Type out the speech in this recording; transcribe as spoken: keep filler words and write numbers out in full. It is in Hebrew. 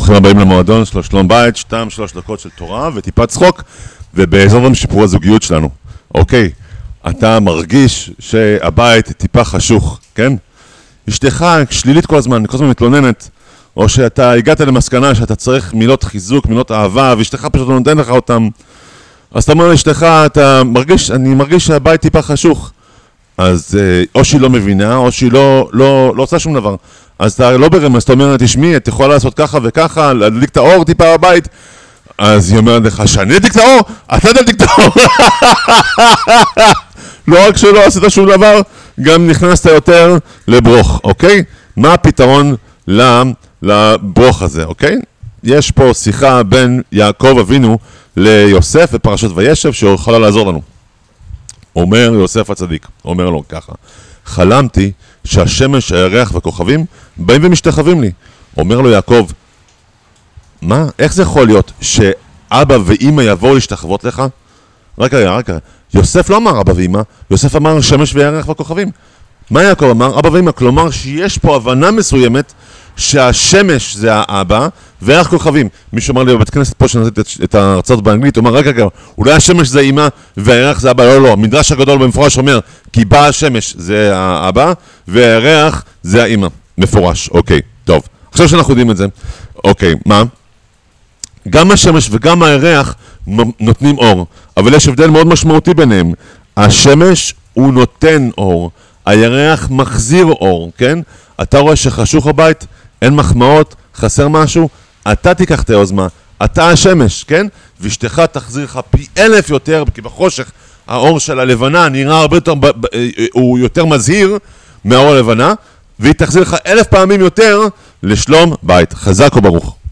ברוכים הבאים למועדון של שלום בית, שתיים שלוש דקות של תורה וטיפת צחוק, ובעזרת השם שיפור הזוגיות שלנו. אוקיי, אתה מרגיש שהבית טיפה חשוך, כן? אשתך שלילית כל הזמן, כל הזמן מתלוננת, או שאתה הגעת למסקנה שאתה צריך מילות חיזוק, מילות אהבה, ואשתך פשוט לא נותן לך אותם. אז אתה אומר לאשתך, אתה מרגיש, אני מרגיש שהבית טיפה חשוך. אז או שהיא לא מבינה, או שהיא לא, לא, לא עושה שום דבר. אז אתה לא ברמז, אתה אומר, תשמעי, את יכולה לעשות ככה וככה, להדליק את האור טיפה בבית. אז היא אומרת לך, שאני אדליק את האור? אתה תדליק את האור. לא רק שלא עשית שום דבר, גם נכנסת יותר לברוך, אוקיי? מה הפתרון לברוך הזה, אוקיי? יש פה שיחה בין יעקב אבינו ליוסף בפרשת וישב, שיכולה לעזור לנו. אומר יוסף הצדיק, אומר לו ככה, חלמתי שהשמש, הירח והכוכבים באים ומשתחווים לי. אומר לו יעקב, מה? איך זה יכול להיות שאבא ואמא יבואו להשתחוות לך? רק רגע, רק רגע. יוסף לא אמר אבא ואמא, יוסף אמר שמש וירח והכוכבים. מה יעקב אמר? אבא ואמא, כלומר שיש פה הבנה מסוימת שהשמש זה האבא וירח כוכבים. מישהו אמר לי בבית כנסת פה שנתתי את ההרצאות באנגלית, הוא אמר, רגע, רגע, אולי השמש זה אמא והירח זה אבא. לא, לא, המדרש הגדול במפורש אומר, כי בא השמש זה האבא והירח זה האמא. מפורש, אוקיי, טוב. עכשיו שאנחנו יודעים את זה, אוקיי, מה? גם השמש וגם הירח נותנים אור, אבל יש הבדל מאוד משמעותי ביניהם. השמש הוא נותן אור, הירח מחזיר אור, כן? אתה רואה שחשוך הבית, אין מחמאות, חסר משהו, אתה תיקח את היוזמה, אתה השמש, כן? ואשתך תחזיר לך פי אלף יותר, כי בחושך האור של הלבנה נראה הרבה יותר, הוא יותר מזהיר מהאור הלבנה, והיא תחזיר לך אלף פעמים יותר לשלום בית. חזק וברוך.